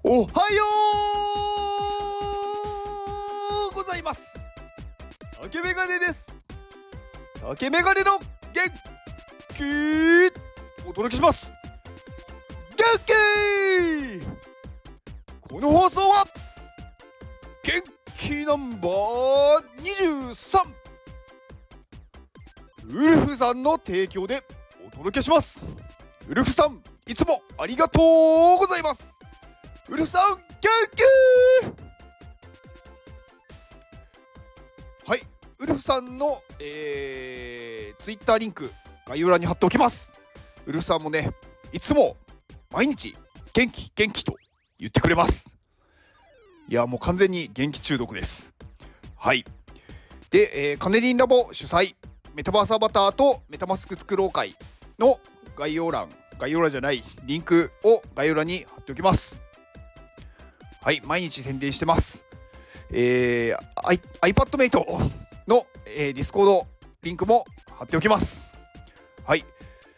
おはようございます。竹メガネです。竹メガネの元気お届けします。元気。この放送は元気ナンバー23ウルフさんの提供でお届けします。ウルフさん、いつもありがとうございます。ウルフさん、元気。はい、ウルフさんの、ツイッターリンク概要欄に貼っておきます。ウルフさんもね、いつも毎日元気元気と言ってくれます。いや、もう完全に元気中毒です。はい。で、カネリンラボ主催メタバースアバターとメタマスク作ろう会の概要欄じゃないリンクを概要欄に貼っておきます。はい、毎日宣伝してます。iPadMate の、ディスコードリンクも貼っておきます。はい。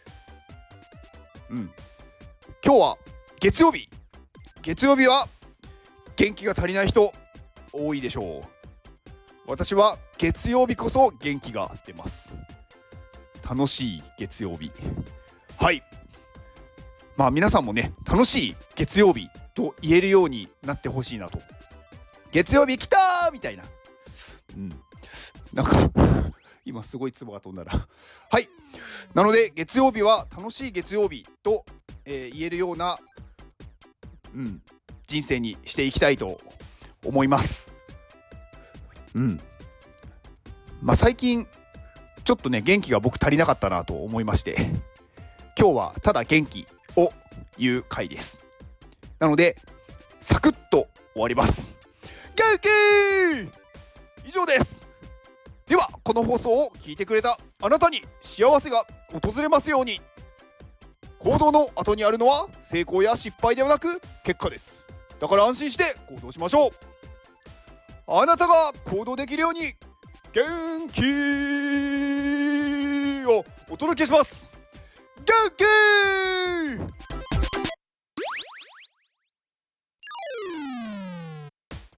今日は月曜日は元気が足りない人多いでしょう。私は月曜日こそ元気が出ます。楽しい月曜日。はい。まあ皆さんもね、楽しい月曜日と言えるようになってほしいなと。月曜日来たーみたいな。なんか今すごい唾が飛んだな。はい。なので月曜日は楽しい月曜日と、言えるような人生にしていきたいと思います。まあ最近ちょっとね、元気が僕足りなかったなと思いまして、今日はただ元気を言う回です。なのでサクッと終わります。元気以上です。ではこの放送を聞いてくれたあなたに幸せが訪れますように。行動の後にあるのは成功や失敗ではなく結果です。だから安心して行動しましょう。あなたが行動できるように元気をお届けします。元気。